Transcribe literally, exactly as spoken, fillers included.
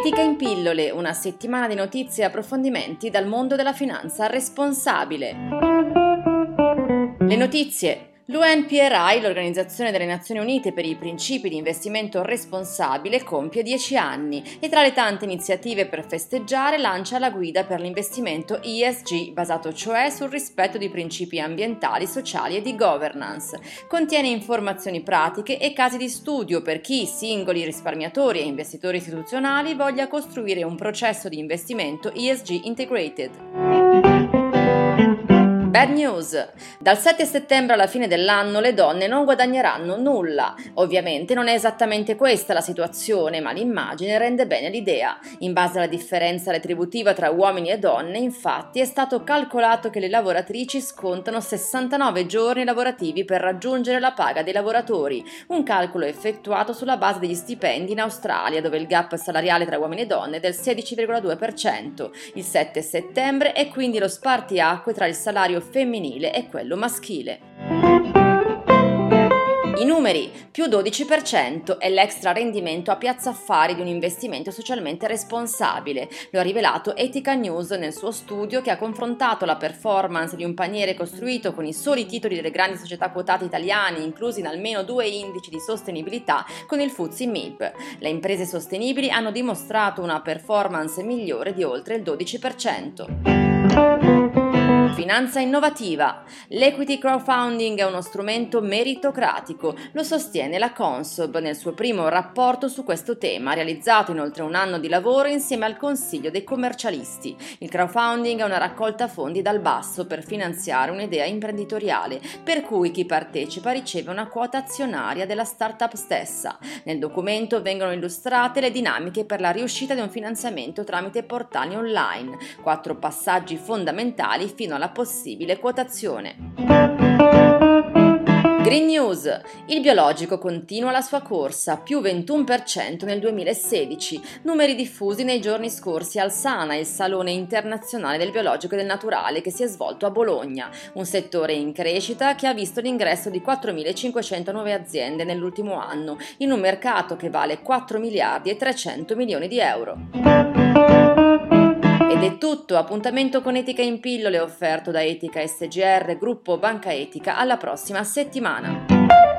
Etica in pillole, una settimana di notizie e approfondimenti dal mondo della finanza responsabile. Le notizie. L'U N P R I, l'Organizzazione delle Nazioni Unite per i principi di investimento responsabile, compie dieci anni e tra le tante iniziative per festeggiare lancia la guida per l'investimento E S G, basato cioè sul rispetto di principi ambientali, sociali e di governance. Contiene informazioni pratiche e casi di studio per chi, singoli risparmiatori e investitori istituzionali, voglia costruire un processo di investimento E S G integrated. Bad news! Dal sette settembre alla fine dell'anno le donne non guadagneranno nulla. Ovviamente non è esattamente questa la situazione, ma l'immagine rende bene l'idea. In base alla differenza retributiva tra uomini e donne, infatti, è stato calcolato che le lavoratrici scontano sessantanove giorni lavorativi per raggiungere la paga dei lavoratori, un calcolo effettuato sulla base degli stipendi in Australia, dove il gap salariale tra uomini e donne è del sedici virgola due per cento. Il sette settembre è quindi lo spartiacque tra il salario femminile e quello maschile. I numeri, più dodici per cento è l'extra rendimento a Piazza Affari di un investimento socialmente responsabile. Lo ha rivelato Etica News nel suo studio che ha confrontato la performance di un paniere costruito con i soli titoli delle grandi società quotate italiane, inclusi in almeno due indici di sostenibilità, con il F T S E M I B. Le imprese sostenibili hanno dimostrato una performance migliore di oltre il dodici per cento. Finanza innovativa. L'equity crowdfunding è uno strumento meritocratico, lo sostiene la Consob nel suo primo rapporto su questo tema, realizzato in oltre un anno di lavoro insieme al Consiglio dei commercialisti. Il crowdfunding è una raccolta fondi dal basso per finanziare un'idea imprenditoriale, per cui chi partecipa riceve una quota azionaria della startup stessa. Nel documento vengono illustrate le dinamiche per la riuscita di un finanziamento tramite portali online, quattro passaggi fondamentali fino alla possibile quotazione. Green News. Il biologico continua la sua corsa, più ventuno per cento nel duemilasedici, numeri diffusi nei giorni scorsi al Sana, il Salone Internazionale del Biologico e del Naturale che si è svolto a Bologna, un settore in crescita che ha visto l'ingresso di quattromilacinquecento nuove aziende nell'ultimo anno, in un mercato che vale quattro miliardi e trecento milioni di euro. Ed è tutto, appuntamento con Etica in pillole offerto da Etica S G R, gruppo Banca Etica, alla prossima settimana.